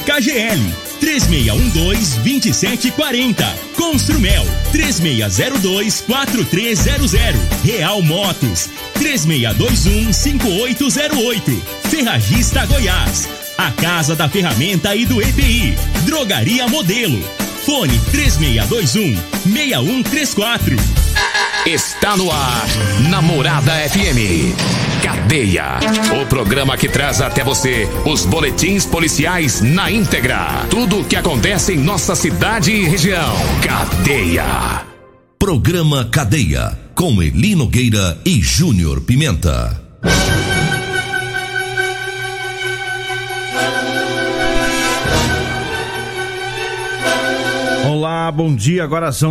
KGL 3612-2740. Construmel 3602-4300. Real Motos 3621-5808. Ferragista Goiás, a casa da ferramenta e do EPI. Drogaria Modelo. Fone 3621-6134. Está no ar, Namorada FM. Cadeia, o programa que traz até você os boletins policiais na íntegra. Tudo o que acontece em nossa cidade e região. Cadeia. Programa Cadeia, com Eli Nogueira e Júnior Pimenta. Olá, bom dia, agora são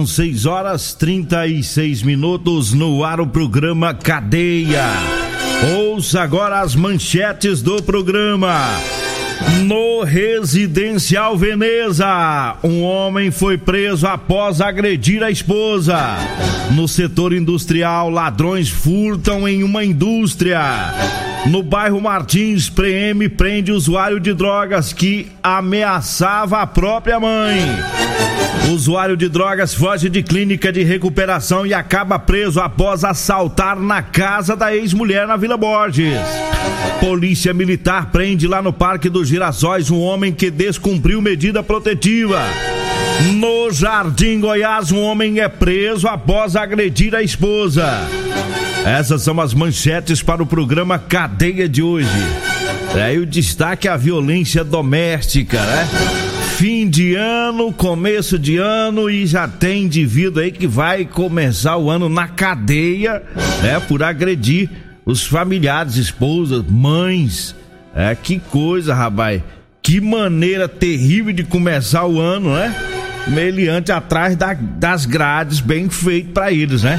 6h36 no ar o programa Cadeia. Ouça agora as manchetes do programa. No Residencial Veneza, um homem foi preso após agredir a esposa. No setor industrial, ladrões furtam em uma indústria. No bairro Martins, PM prende usuário de drogas que ameaçava a própria mãe. Usuário de drogas foge de clínica de recuperação e acaba preso após assaltar na casa da ex-mulher na Vila Borges. Polícia Militar prende lá no Parque dos Girassóis um homem que descumpriu medida protetiva. No Jardim Goiás, um homem é preso após agredir a esposa. Essas são as manchetes para o programa Cadeia de hoje. E o destaque é a violência doméstica, né? Fim de ano, começo de ano, e já tem indivíduo aí que vai começar o ano na cadeia, né? Por agredir os familiares, esposas, mães. Que coisa, rapaz. Que maneira terrível de começar o ano, né? Meliante atrás das grades, bem feito pra eles, né?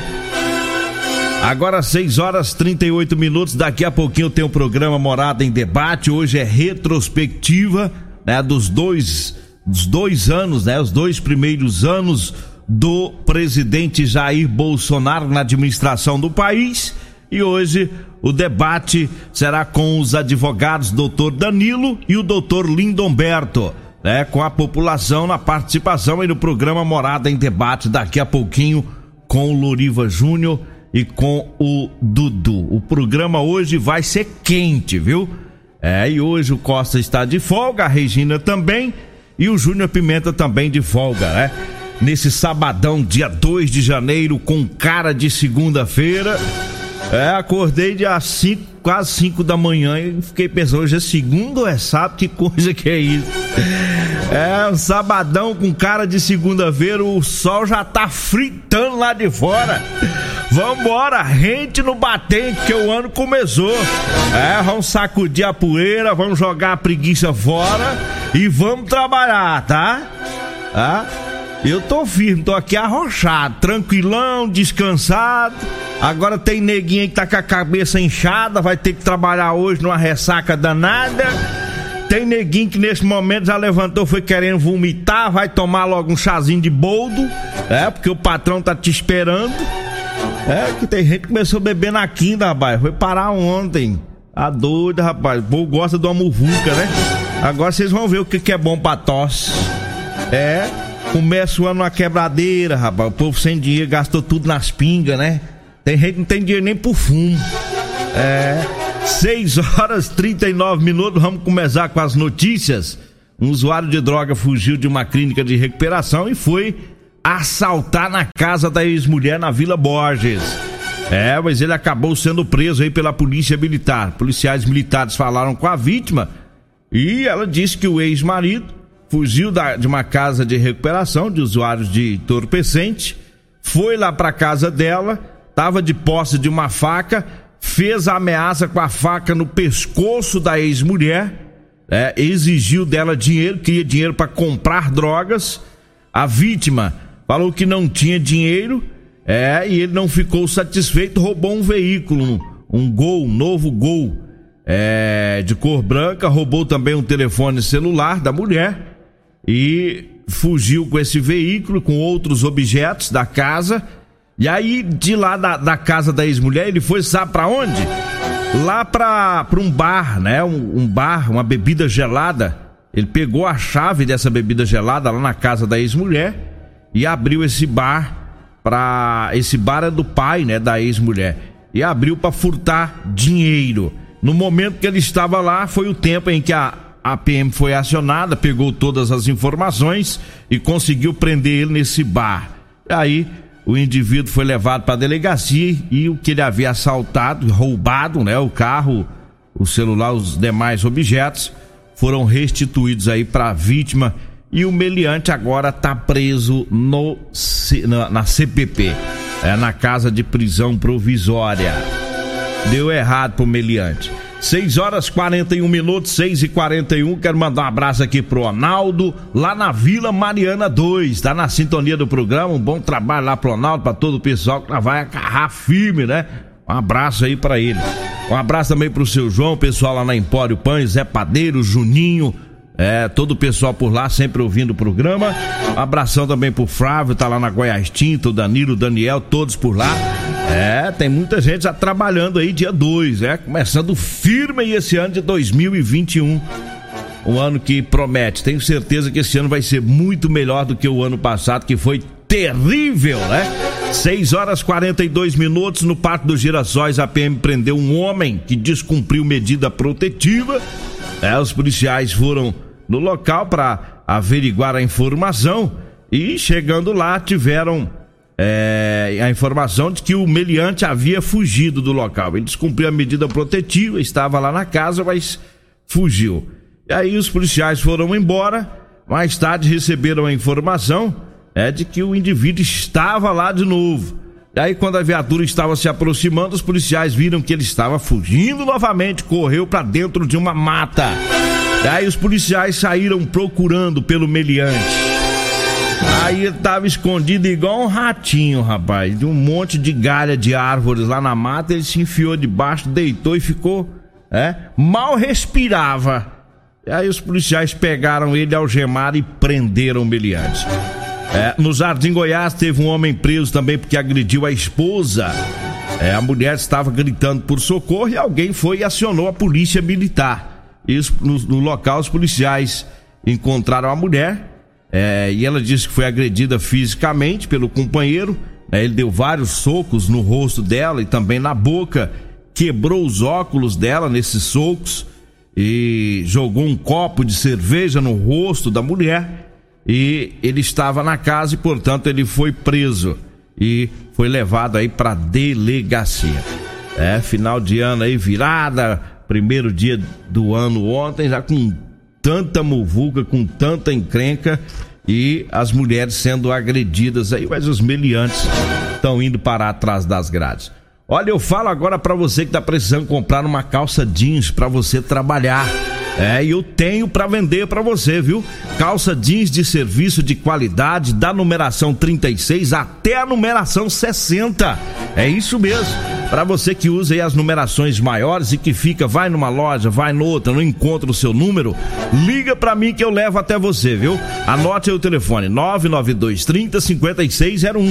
Agora 6h38, daqui a pouquinho tem o programa Morada em Debate. Hoje é retrospectiva, né, dos dois anos, né, os 2 primeiros anos do presidente Jair Bolsonaro na administração do país. E hoje o debate será com os advogados Dr. Danilo e o Dr. Lindomberto, né, com a população na participação aí no programa Morada em Debate daqui a pouquinho com o Loriva Júnior e com o Dudu. O programa hoje vai ser quente, viu? E hoje o Costa está de folga, a Regina também e o Júnior Pimenta também de folga, né? Nesse sabadão, dia 2 de janeiro, com cara de segunda-feira. Acordei quase 5 da manhã e fiquei pensando, hoje é segunda ou é sábado? Que coisa que é isso? Um sabadão com cara de segunda-feira, o sol já tá fritando lá de fora. Vambora, rente no batente que o ano começou. Vamos sacudir a poeira, vamos jogar a preguiça fora e vamos trabalhar, tá? Eu tô firme, tô aqui arrochado, tranquilão, descansado. Agora tem neguinho aí que tá com a cabeça inchada, vai ter que trabalhar hoje numa ressaca danada. Tem neguinho que nesse momento já levantou, foi querendo vomitar, vai tomar logo um chazinho de boldo, porque o patrão tá te esperando. Que tem gente que começou a beber na quinta, rapaz, foi parar ontem. Tá doido, rapaz, o povo gosta de uma muvuca, né? Agora vocês vão ver o que é bom pra tosse. Começa o ano uma quebradeira, rapaz, o povo sem dinheiro gastou tudo nas pingas, né? Tem gente que não tem dinheiro nem pro fumo. 6h39, vamos começar com as notícias. Um usuário de droga fugiu de uma clínica de recuperação e foi assaltar na casa da ex-mulher na Vila Borges. Mas ele acabou sendo preso aí pela polícia militar. Policiais militares falaram com a vítima e ela disse que o ex-marido fugiu de uma casa de recuperação de usuários de entorpecente, foi lá pra casa dela, tava de posse de uma faca, fez a ameaça com a faca no pescoço da ex-mulher, exigiu dela dinheiro, queria dinheiro para comprar drogas. A vítima falou que não tinha dinheiro, e ele não ficou satisfeito, roubou um veículo, um novo Gol, de cor branca, roubou também um telefone celular da mulher e fugiu com esse veículo, com outros objetos da casa. E aí, de lá da casa da ex-mulher, ele foi, sabe pra onde? Lá pra um bar, né? Um bar, uma bebida gelada. Ele pegou a chave dessa bebida gelada lá na casa da ex-mulher e abriu esse bar esse bar é do pai, né, da ex-mulher, e abriu para furtar dinheiro. No momento que ele estava lá, foi o tempo em que a PM foi acionada, pegou todas as informações e conseguiu prender ele nesse bar. Aí o indivíduo foi levado para a delegacia e o que ele havia assaltado, roubado, né, o carro, o celular, os demais objetos, foram restituídos aí para a vítima. E o meliante agora está preso na CPP, na casa de prisão provisória. Deu errado pro meliante. 6h41, 6h41. Quero mandar um abraço aqui pro Ronaldo, lá na Vila Mariana 2. Tá na sintonia do programa. Um bom trabalho lá pro Ronaldo, pra todo o pessoal que vai agarrar firme, né? Um abraço aí pra ele. Um abraço também pro seu João, pessoal lá na Empório Pães, Zé Padeiro, Juninho. Todo o pessoal por lá sempre ouvindo o programa. Um abração também pro Flávio, tá lá na Goiás Tinta, o Danilo, o Daniel, todos por lá. Tem muita gente já trabalhando aí dia 2, começando firme aí esse ano de 2021. Um ano que promete. Tenho certeza que esse ano vai ser muito melhor do que o ano passado, que foi terrível, né? 6h42, no Parque dos Girassóis, a PM prendeu um homem que descumpriu medida protetiva. Os policiais foram no local para averiguar a informação e, chegando lá, tiveram a informação de que o meliante havia fugido do local. Ele descumpriu a medida protetiva, estava lá na casa, mas fugiu. E aí os policiais foram embora. Mais tarde receberam a informação de que o indivíduo estava lá de novo. E aí, quando a viatura estava se aproximando, os policiais viram que ele estava fugindo novamente, correu para dentro de uma mata. E aí os policiais saíram procurando pelo meliante. Aí ele estava escondido igual um ratinho, rapaz, de um monte de galha de árvores lá na mata. Ele se enfiou debaixo, deitou e ficou, mal respirava. E aí os policiais pegaram ele, algemaram e prenderam o meliante. No Jardim Goiás teve um homem preso também porque agrediu a esposa. A mulher estava gritando por socorro e alguém foi e acionou a polícia militar. Isso, no local, os policiais encontraram a mulher e ela disse que foi agredida fisicamente pelo companheiro. Ele deu vários socos no rosto dela e também na boca, quebrou os óculos dela nesses socos e jogou um copo de cerveja no rosto da mulher. E ele estava na casa e, portanto, ele foi preso e foi levado aí para delegacia. Final de ano aí, virada, primeiro dia do ano ontem, já com tanta muvuca, com tanta encrenca e as mulheres sendo agredidas aí, mas os meliantes estão indo parar atrás das grades. Olha, eu falo agora para você que tá precisando comprar uma calça jeans para você trabalhar. E eu tenho para vender para você, viu? Calça jeans de serviço de qualidade, da numeração 36 até a numeração 60. É isso mesmo. Para você que usa aí as numerações maiores e que vai numa loja, vai noutra, não encontra o seu número, liga para mim que eu levo até você, viu? Anote aí o telefone, 99230-5601.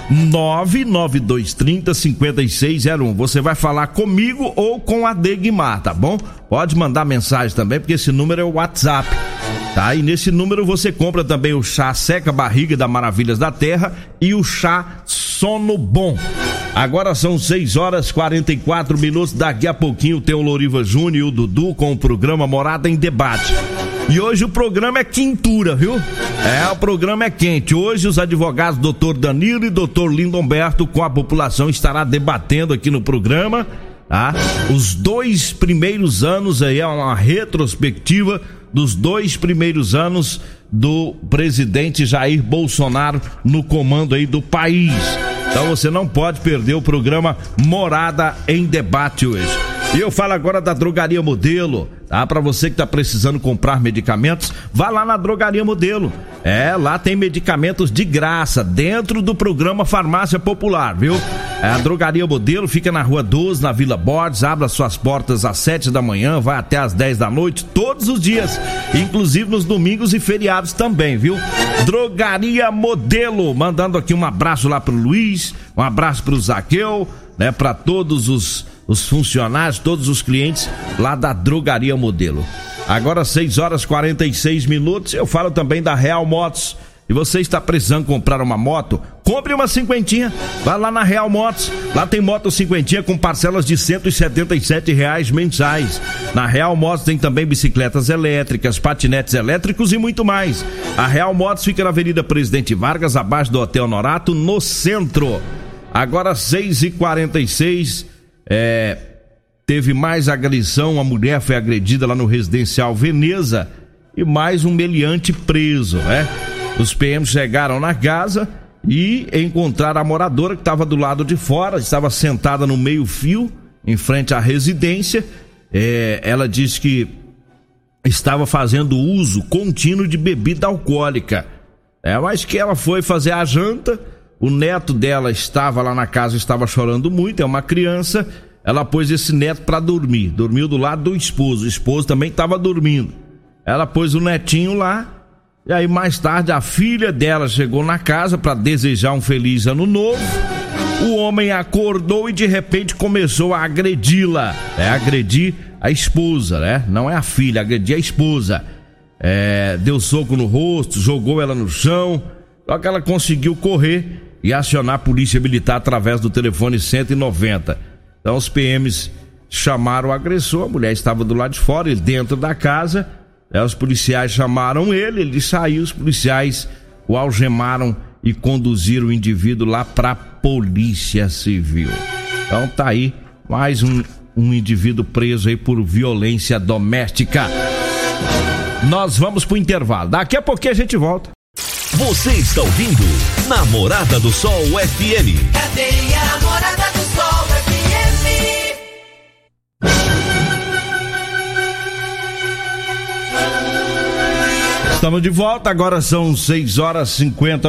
99230-5601. Você vai falar comigo ou com a Degmar, tá bom? Pode mandar mensagem também, porque esse número é o WhatsApp, tá? E nesse número você compra também o chá Seca Barriga da Maravilhas da Terra e o chá Sono Bom. Agora são 6h44. Daqui a pouquinho tem o Loriva Júnior e o Dudu com o programa Morada em Debate. E hoje o programa é quintura, viu? O programa é quente. Hoje os advogados Dr. Danilo e Dr. Lindomberto com a população estará debatendo aqui no programa, tá? Os 2 primeiros anos aí, é uma retrospectiva dos 2 primeiros anos do presidente Jair Bolsonaro no comando aí do país. Então você não pode perder o programa Morada em Debate hoje. E eu falo agora da Drogaria Modelo, tá? Para você que tá precisando comprar medicamentos, vá lá na Drogaria Modelo. Lá tem medicamentos de graça, dentro do programa Farmácia Popular, viu? A Drogaria Modelo fica na Rua 12, na Vila Borges, abre as suas portas às 7 da manhã, vai até às 10 da noite, todos os dias, inclusive nos domingos e feriados também, viu? Drogaria Modelo, mandando aqui um abraço lá pro Luiz, um abraço pro Zaqueu, né, para todos os funcionários, todos os clientes lá da Drogaria Modelo. Agora 6h46, eu falo também da Real Motos. E você está precisando comprar uma moto? Compre uma cinquentinha, vai lá na Real Motos. Lá tem moto cinquentinha com parcelas de R$177 mensais. Na Real Motos tem também bicicletas elétricas, patinetes elétricos e muito mais. A Real Motos fica na Avenida Presidente Vargas, abaixo do Hotel Norato, no centro. Agora 6h46, teve mais agressão, uma mulher foi agredida lá no Residencial Veneza e mais um meliante preso, né? Os PMs chegaram na casa e encontraram a moradora que estava do lado de fora, estava sentada no meio-fio, em frente à residência. Ela disse que estava fazendo uso contínuo de bebida alcoólica. Mas que ela foi fazer a janta, o neto dela estava lá na casa, estava chorando muito, é uma criança. Ela pôs esse neto para dormir, dormiu do lado do esposo, o esposo também estava dormindo. Ela pôs o netinho lá. E aí mais tarde a filha dela chegou na casa para desejar um feliz ano novo. O homem acordou e de repente começou a agredi-la, agredir a esposa, né? Não é a filha, agredir a esposa. Deu soco no rosto, jogou ela no chão, só que ela conseguiu correr e acionar a polícia militar através do telefone 190. Então os PMs chamaram o agressor, a mulher estava do lado de fora, ele dentro da casa. Os policiais chamaram ele saiu, os policiais o algemaram e conduziram o indivíduo lá pra Polícia Civil. Então tá aí, mais um indivíduo preso aí por violência doméstica. Nós vamos pro intervalo, daqui a pouquinho a gente volta. Você está ouvindo Namorada do Sol FM. Cadê a Namorada do Sol FM? Estamos de volta, agora são 6h50,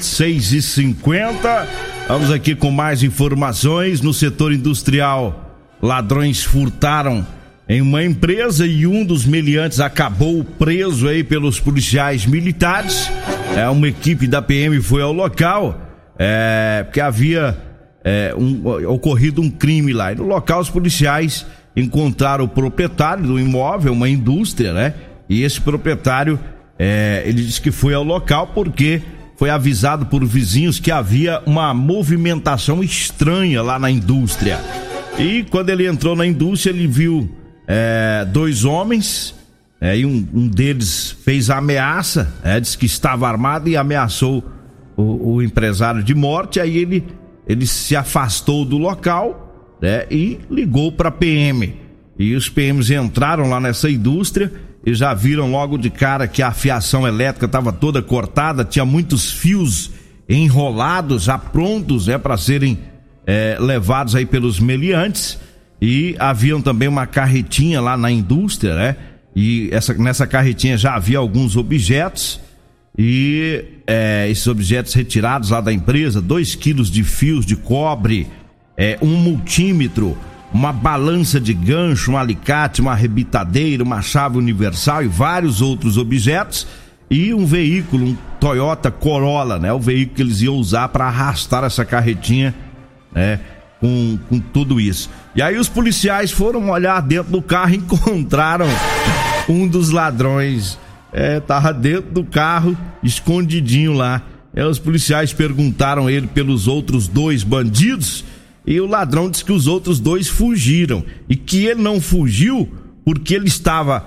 6h50. Vamos aqui com mais informações. No setor industrial, ladrões furtaram em uma empresa e um dos meliantes acabou preso aí pelos policiais militares. Uma equipe da PM foi ao local, porque havia ocorrido um crime lá. E no local os policiais encontraram o proprietário do imóvel, uma indústria, né? E esse proprietário, ele disse que foi ao local porque foi avisado por vizinhos que havia uma movimentação estranha lá na indústria. E quando ele entrou na indústria, ele viu dois homens, e um deles fez a ameaça, disse que estava armado e ameaçou o empresário de morte. Aí ele se afastou do local, e ligou para a PM. E os PMs entraram lá nessa indústria e já viram logo de cara que a fiação elétrica estava toda cortada, tinha muitos fios enrolados, já prontos para serem levados aí pelos meliantes. E haviam também uma carretinha lá na indústria, né? E nessa carretinha já havia alguns objetos. E esses objetos retirados lá da empresa, 2 quilos de fios de cobre, um multímetro, uma balança de gancho, um alicate, uma arrebitadeira, uma chave universal e vários outros objetos. E um veículo, um Toyota Corolla, né? O veículo que eles iam usar para arrastar essa carretinha, né? Com tudo isso. E aí os policiais foram olhar dentro do carro e encontraram um dos ladrões. Tava dentro do carro, escondidinho lá. Os policiais perguntaram ele pelos outros 2 bandidos e o ladrão disse que os outros 2 fugiram. E que ele não fugiu porque ele estava...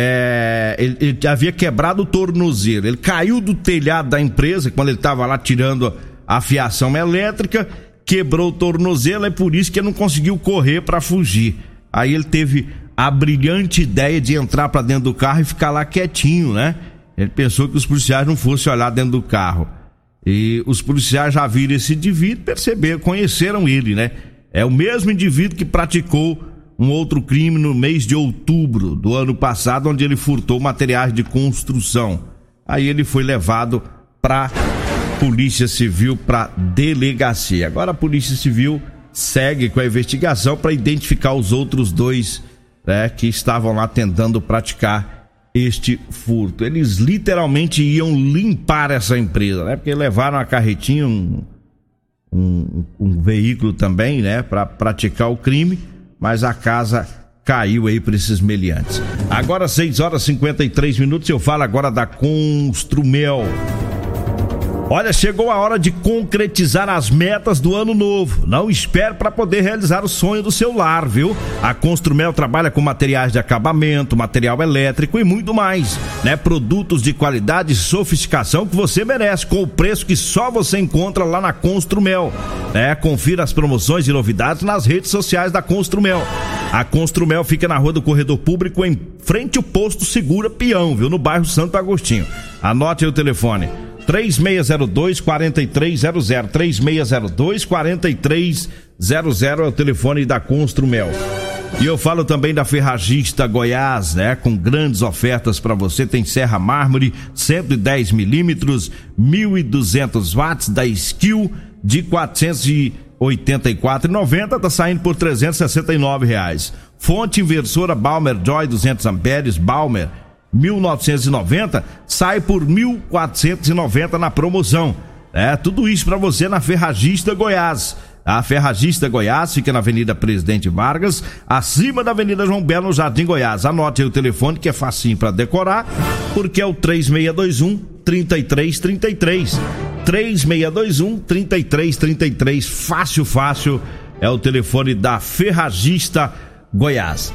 ele havia quebrado o tornozelo. Ele caiu do telhado da empresa quando ele estava lá tirando a fiação elétrica, quebrou o tornozelo, é por isso que ele não conseguiu correr para fugir. Aí ele teve a brilhante ideia de entrar para dentro do carro e ficar lá quietinho, né? Ele pensou que os policiais não fossem olhar dentro do carro. E os policiais já viram esse indivíduo, perceberam, conheceram ele, né? É o mesmo indivíduo que praticou um outro crime no mês de outubro do ano passado, onde ele furtou materiais de construção. Aí ele foi levado para Polícia Civil, para delegacia. Agora a Polícia Civil segue com a investigação para identificar os outros 2, né, que estavam lá tentando praticar este furto. Eles literalmente iam limpar essa empresa, né? Porque levaram a carretinha, um veículo também, né, para praticar o crime, mas a casa caiu aí para esses meliantes. Agora 6h53, eu falo agora da Construmel. Olha, chegou a hora de concretizar as metas do ano novo. Não espere para poder realizar o sonho do seu lar, viu? A Construmel trabalha com materiais de acabamento, material elétrico e muito mais, né? Produtos de qualidade e sofisticação que você merece, com o preço que só você encontra lá na Construmel, né? Confira as promoções e novidades nas redes sociais da Construmel. A Construmel fica na Rua do Corredor Público, em frente ao Posto Segura Peão, viu? No bairro Santo Agostinho. Anote aí o telefone: 3602-4300, 3602-4300 é o telefone da Construmel. E eu falo também da Ferragista Goiás, né? Com grandes ofertas para você. Tem serra mármore 110 milímetros, 1.200 watts da Skill de R$484,90, tá saindo por R$369. Fonte inversora Balmer Joy 200 amperes, Balmer 1990, sai por 1.490 na promoção. Tudo isso para você na Ferragista Goiás. A Ferragista Goiás fica na Avenida Presidente Vargas, acima da Avenida João Belo, no Jardim Goiás. Anote aí o telefone, que é facinho para decorar, porque é o 3621-3333. 3621-3333. Fácil, é o telefone da Ferragista Goiás.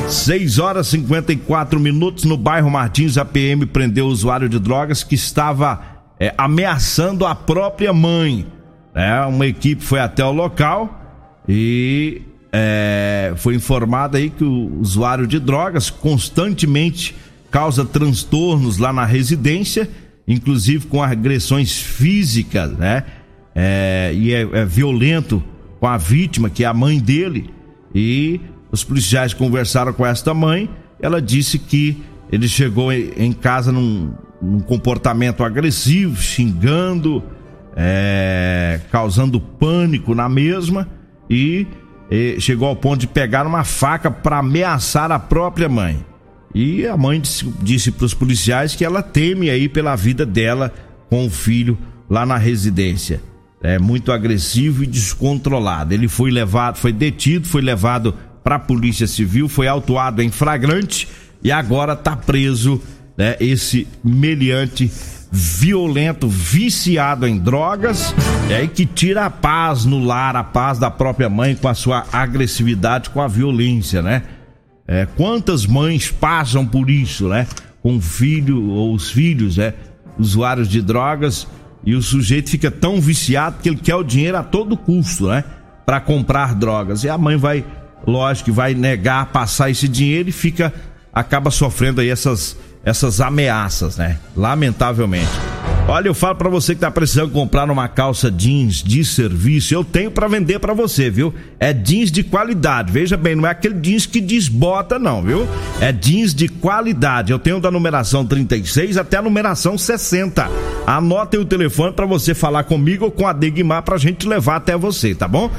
6h54, no bairro Martins, a PM prendeu o usuário de drogas que estava ameaçando a própria mãe. Uma equipe foi até o local e foi informado aí que o usuário de drogas constantemente causa transtornos lá na residência, inclusive com agressões físicas, né? E é violento com a vítima, que é a mãe dele. E os policiais conversaram com esta mãe. Ela disse que ele chegou em casa num comportamento agressivo, xingando, causando pânico na mesma, e chegou ao ponto de pegar uma faca para ameaçar a própria mãe. E a mãe disse para os policiais que ela teme aí pela vida dela com o filho lá na residência. É muito agressivo e descontrolado. Ele foi detido, foi levado para a Polícia Civil, foi autuado em flagrante e agora está preso, né, esse meliante violento, viciado em drogas, que tira a paz no lar, a paz da própria mãe com a sua agressividade, com a violência, né? Quantas mães passam por isso, né? Com o filho ou os filhos, usuários de drogas, e o sujeito fica tão viciado que ele quer o dinheiro a todo custo, né? Para comprar drogas. E a mãe vai negar passar esse dinheiro e acaba sofrendo aí essas ameaças, né? Lamentavelmente. Olha, eu falo pra você que tá precisando comprar uma calça jeans de serviço, eu tenho pra vender pra você, viu? É jeans de qualidade, veja bem, não é aquele jeans que desbota não, viu? É jeans de qualidade, eu tenho da numeração 36 até a numeração 60. Anote o telefone pra você falar comigo ou com a Degmar pra gente levar até você, tá bom?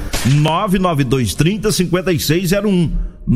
99230-5601.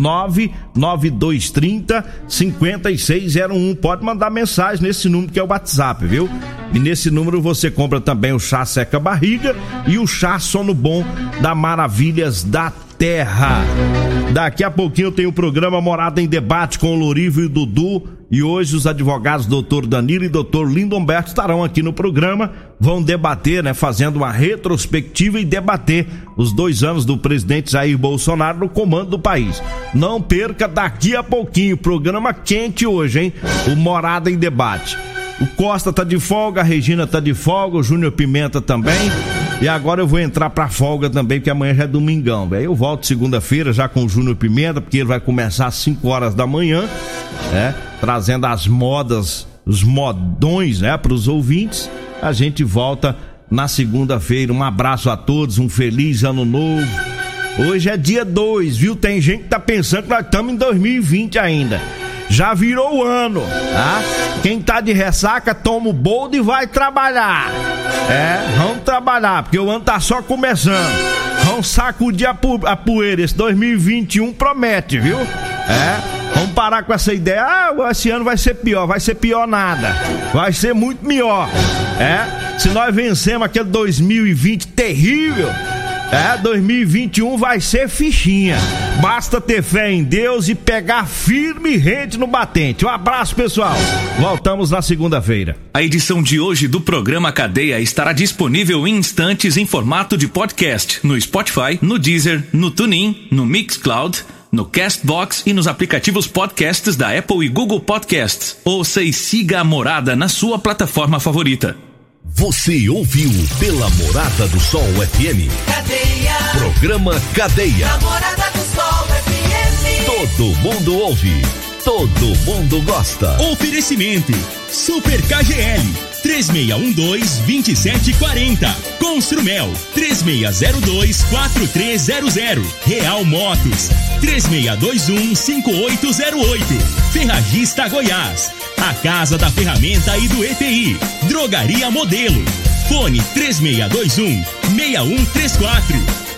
99230-5601. Pode mandar mensagem nesse número que é o WhatsApp, viu? E nesse número você compra também o chá seca barriga e o chá sono bom da Maravilhas da Terra. Daqui a pouquinho eu tenho o programa Morada em Debate com o Lorivo e o Dudu, e hoje os advogados Dr. Danilo e Dr. Lindomberto estarão aqui no programa, vão debater, né, fazendo uma retrospectiva e debater os 2 anos do presidente Jair Bolsonaro no comando do país. Não perca, daqui a pouquinho, programa quente hoje, hein? O Morada em Debate. O Costa tá de folga, a Regina tá de folga, o Júnior Pimenta também. E agora eu vou entrar pra folga também, porque amanhã já é domingão, velho. Eu volto segunda-feira já com o Júnior Pimenta, porque ele vai começar às 5 horas da manhã, né? Trazendo as modas, os modões, né? Pros ouvintes. A gente volta na segunda-feira. Um abraço a todos, um feliz ano novo. Hoje é dia 2, viu? Tem gente que tá pensando que nós estamos em 2020 ainda. Já virou o ano, tá? Quem tá de ressaca, toma o boldo e vai trabalhar. Vamos trabalhar, porque o ano tá só começando. Vamos sacudir a poeira. Esse 2021 promete, viu? Vamos parar com essa ideia. Esse ano vai ser pior nada. Vai ser muito melhor. Se nós vencemos aquele 2020 terrível, 2021 vai ser fichinha. Basta ter fé em Deus e pegar firme e rede no batente. Um abraço, pessoal. Voltamos na segunda-feira. A edição de hoje do programa Cadeia estará disponível em instantes em formato de podcast no Spotify, no Deezer, no TuneIn, no Mixcloud, no Castbox e nos aplicativos podcasts da Apple e Google Podcasts. Ouça e siga a Morada na sua plataforma favorita. Você ouviu pela Morada do Sol FM. Cadeia. Programa Cadeia. Morada do Sol FM. Todo mundo ouve, todo mundo gosta. Oferecimento Super KGL 3612-2740. Construmel 3602-4300. Real Motos 3621-5808. Ferragista Goiás, a casa da ferramenta e do EPI. Drogaria Modelo. Fone 3621-6134.